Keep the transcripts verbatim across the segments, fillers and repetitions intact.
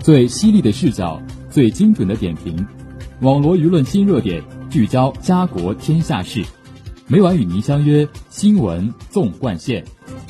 最犀利的视角，最精准的点评，网罗舆论新热点，聚焦家国天下事。每晚与您相约新闻纵贯线。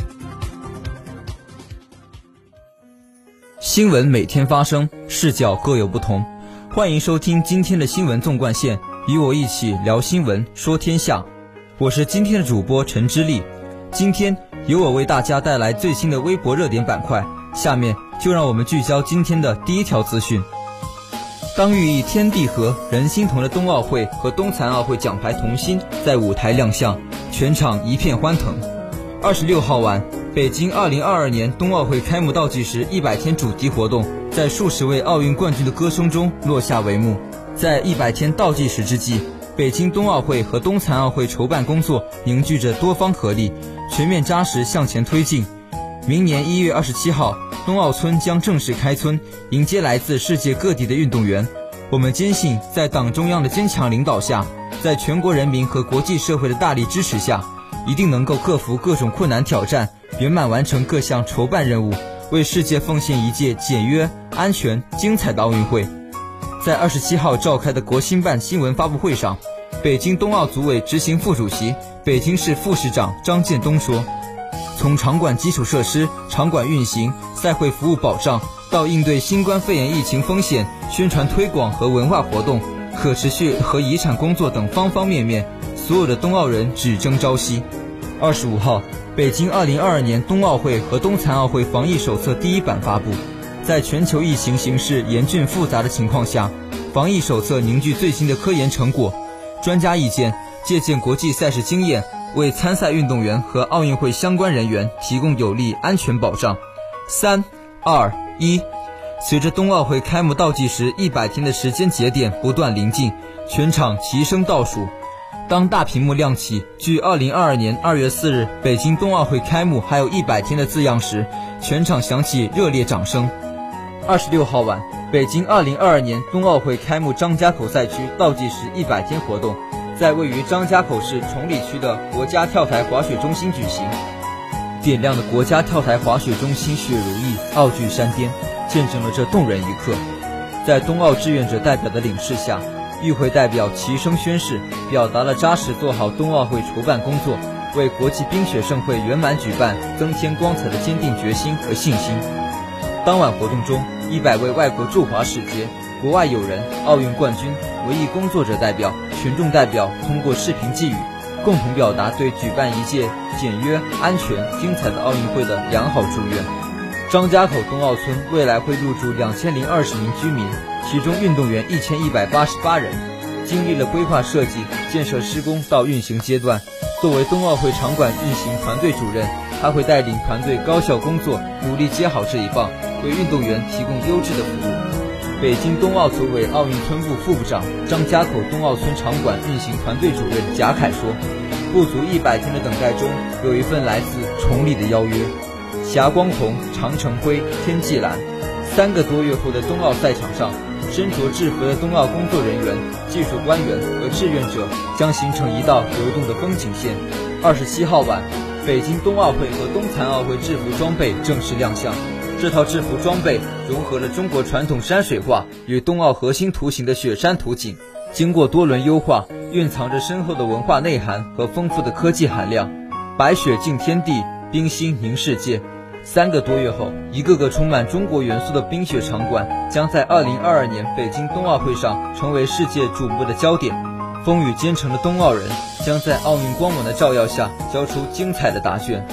新闻每天发生，视角各有不同。欢迎收听今天的新闻纵贯线，与我一起聊新闻，说天下。我是今天的主播陈之丽。今天由我为大家带来最新的微博热点板块，下面就让我们聚焦今天的第一条资讯。当寓意天地合、人心同的冬奥会和冬残奥会奖牌同心在舞台亮相，全场一片欢腾。二十六号晚，北京二零二二年冬奥会开幕倒计时一百天主题活动在数十位奥运冠军的歌声中落下帷幕。在一百天倒计时之际，北京冬奥会和冬残奥会筹办工作凝聚着多方合力，全面扎实向前推进。明年一月二十七号，冬奥村将正式开村，迎接来自世界各地的运动员。我们坚信，在党中央的坚强领导下，在全国人民和国际社会的大力支持下，一定能够克服各种困难挑战，圆满完成各项筹办任务，为世界奉献一届简约、安全、精彩的奥运会。在二十七号召开的国新办新闻发布会上，北京冬奥组委执行副主席、北京市副市长张建东说，从场馆基础设施、场馆运行、赛会服务保障到应对新冠肺炎疫情风险、宣传推广和文化活动、可持续和遗产工作等方方面面，所有的冬奥人只争朝夕。二十五号，北京二零二二年冬奥会和冬残奥会防疫手册第一版发布。在全球疫情形势严峻复杂的情况下，防疫手册凝聚最新的科研成果、专家意见，借鉴国际赛事经验，为参赛运动员和奥运会相关人员提供有力安全保障。三、二、一，随着冬奥会开幕倒计时一百天的时间节点不断临近，全场齐声倒数。当大屏幕亮起距二零二二年二月四日北京冬奥会开幕还有一百天的字样时，全场响起热烈掌声。二十六号晚，北京二零二二年冬奥会开幕张家口赛区倒计时一百天活动在位于张家口市崇礼区的国家跳台滑雪中心举行。点亮的国家跳台滑雪中心雪如意，傲踞山巅，见证了这动人一刻。在冬奥志愿者代表的领示下，与会代表齐声宣誓，表达了扎实做好冬奥会筹办工作，为国际冰雪盛会圆满举办增添光彩的坚定决心和信心。当晚活动中，一百位外国驻华使节、国外友人、奥运冠军、文艺工作者代表、群众代表通过视频寄语，共同表达对举办一届简约、安全、精彩的奥运会的良好祝愿。张家口冬奥村未来会入驻两千零二十名居民，其中运动员一千一百八十八人。经历了规划设计、建设施工到运行阶段，作为冬奥会场馆运行团队主任，他会带领团队高效工作，努力接好这一棒，为运动员提供优质的服务。北京冬奥组委奥运村部副部长、张家口冬奥村场馆运行团队主任贾凯说，不足一百天的等待中，有一份来自崇礼的邀约。霞光红、长城灰、天际蓝，三个多月后的冬奥赛场上，身着制服的冬奥工作人员、技术官员和志愿者将形成一道流动的风景线。二十七号晚，北京冬奥会和冬残奥会制服装备正式亮相。这套制服装备融合了中国传统山水画与冬奥核心图形的雪山图景，经过多轮优化，蕴藏着深厚的文化内涵和丰富的科技含量。白雪敬天地，冰心凝世界。三个多月后，一个个充满中国元素的冰雪场馆将在二零二二年北京冬奥会上成为世界瞩目的焦点。风雨兼程的冬奥人将在奥运光芒的照耀下交出精彩的答卷。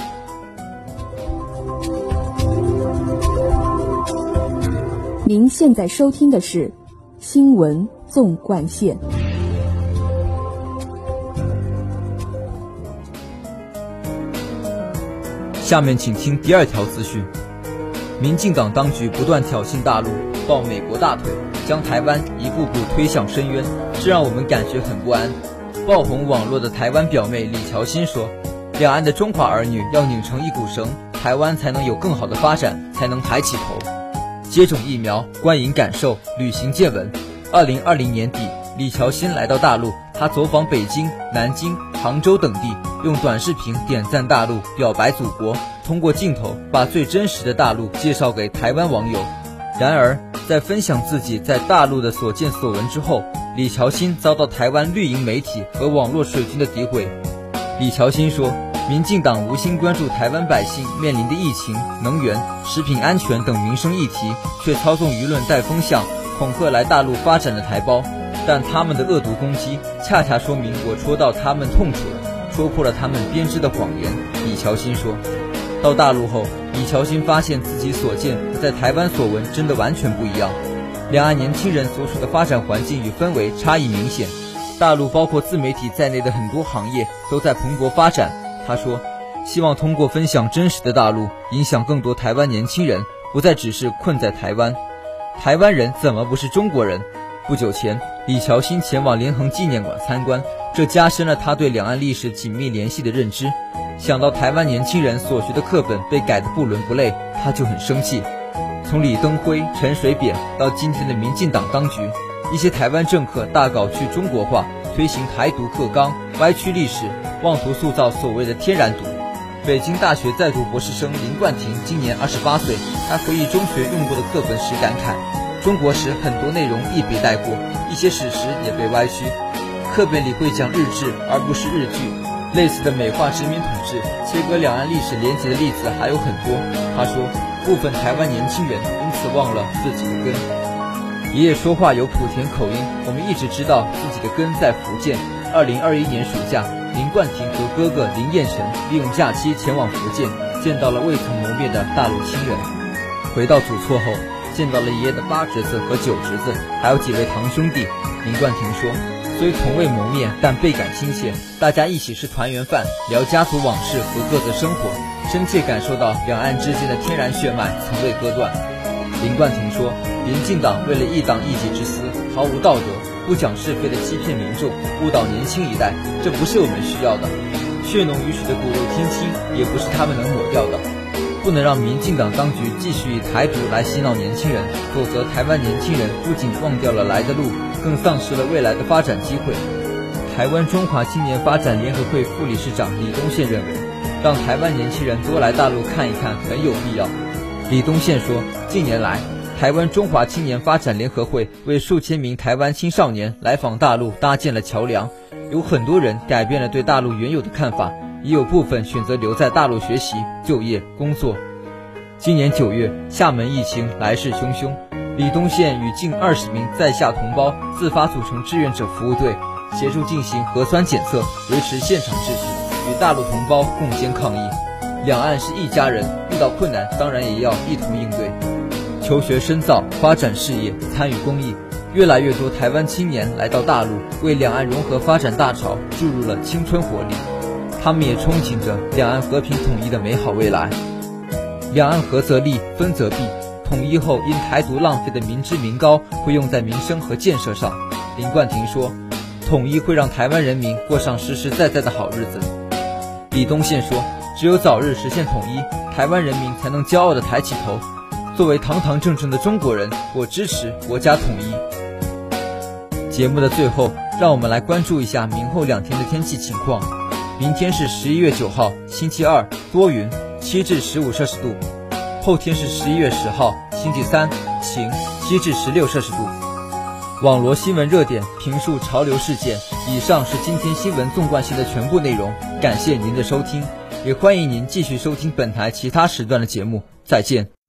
您现在收听的是新闻纵贯线。 下面请听第二条资讯。民进党当局不断挑衅大陆，抱美国大腿，将台湾一步步推向深渊，这让我们感觉很不安。爆红网络的台湾表妹李乔欣说，两岸的中华儿女要拧成一股绳，台湾才能有更好的发展，才能抬起头。接种疫苗、观影感受、旅行见闻。二零二零年底，李乔欣来到大陆，她走访北京、南京、杭州等地，用短视频点赞大陆，表白祖国，通过镜头把最真实的大陆介绍给台湾网友。然而， 在分享自己在大陆的所见所闻之后，李乔欣遭到台湾绿营媒体和网络水军的诋毁。李乔欣说，民进党无心关注台湾百姓面临的疫情、能源、食品安全等民生议题，却操纵舆论带风向，恐吓来大陆发展的台胞。但他们的恶毒攻击，恰恰说明我戳到他们痛处了，戳破了他们编织的谎言。李乔欣说，到大陆后，李乔欣发现自己所见和在台湾所闻真的完全不一样，两岸年轻人所处的发展环境与氛围差异明显。大陆包括自媒体在内的很多行业都在蓬勃发展。他说，希望通过分享真实的大陆，影响更多台湾年轻人，不再只是困在台湾。台湾人怎么不是中国人？不久前，李乔欣前往连横纪念馆参观，这加深了他对两岸历史紧密联系的认知。想到台湾年轻人所学的课本被改得不伦不类，他就很生气。从李登辉、陈水扁到今天的民进党当局，一些台湾政客大搞去中国化，推行台独课纲，歪曲历史，妄图塑造所谓的天然独。北京大学在读博士生林冠廷今年二十八岁，他回忆中学用过的课本时感慨，中国史很多内容一笔带过，一些史实也被歪曲。课本里会讲日治而不是日据，类似的美化殖民统治、切割两岸历史连结的例子还有很多。他说，部分台湾年轻人因此忘了自己的根。爷爷说话有莆田口音，我们一直知道自己的根在福建。二零二一年暑假，林冠廷和哥哥林彦辰利用假期前往福建，见到了未曾谋面的大陆亲人。回到祖厝后，见到了爷爷的八侄子和九侄子，还有几位堂兄弟。林冠廷说，虽从未谋面，但倍感亲切，大家一起吃团圆饭，聊家族往事和各自生活，深切感受到两岸之间的天然血脉从未割断。林冠廷说，民进党为了一党一己之私，毫无道德，不讲是非的欺骗民众，误导年轻一代，这不是我们需要的。血浓于水的骨肉亲亲也不是他们能抹掉的。不能让民进党当局继续以台独来洗脑年轻人，否则台湾年轻人不仅忘掉了来的路，更丧失了未来的发展机会。台湾中华青年发展联合会副理事长李东宪认为，让台湾年轻人多来大陆看一看很有必要。李东宪说，近年来台湾中华青年发展联合会为数千名台湾青少年来访大陆搭建了桥梁，有很多人改变了对大陆原有的看法，也有部分选择留在大陆学习、就业、工作。今年九月，厦门疫情来势汹汹，李东宪与近二十名在厦同胞自发组成志愿者服务队，协助进行核酸检测，维持现场秩序，与大陆同胞共肩抗疫。两岸是一家人，遇到困难当然也要一同应对。求学深造，发展事业，参与公益，越来越多台湾青年来到大陆，为两岸融合发展大潮注入了青春活力。他们也憧憬着两岸和平统一的美好未来。两岸合则利，分则弊，统一后因台独浪费的民脂民膏会用在民生和建设上。林冠廷说，统一会让台湾人民过上实实在在的好日子。李东宪说，只有早日实现统一，台湾人民才能骄傲地抬起头。作为堂堂正正的中国人，我支持国家统一。节目的最后，让我们来关注一下明后两天的天气情况。明天是十一月九号，星期二，多云，七至十五摄氏度。后天是十一月十号，星期三，晴，七至十六摄氏度。网罗新闻热点，评述潮流事件。以上是今天新闻纵贯线的全部内容，感谢您的收听，也欢迎您继续收听本台其他时段的节目。再见。